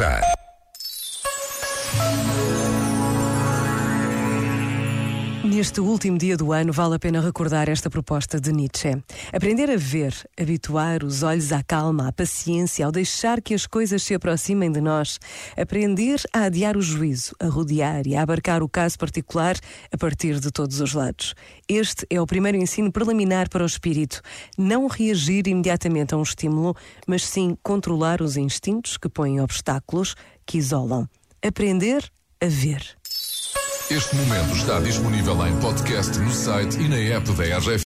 está. Neste último dia do ano, vale a pena recordar esta proposta de Nietzsche. Aprender a ver, habituar os olhos à calma, à paciência, ao deixar que as coisas se aproximem de nós. Aprender a adiar o juízo, a rodear e a abarcar o caso particular a partir de todos os lados. Este é o primeiro ensino preliminar para o espírito. Não reagir imediatamente a um estímulo, mas sim controlar os instintos que põem obstáculos, que isolam. Aprender a ver. Este momento está disponível em podcast no site e na app da RGF.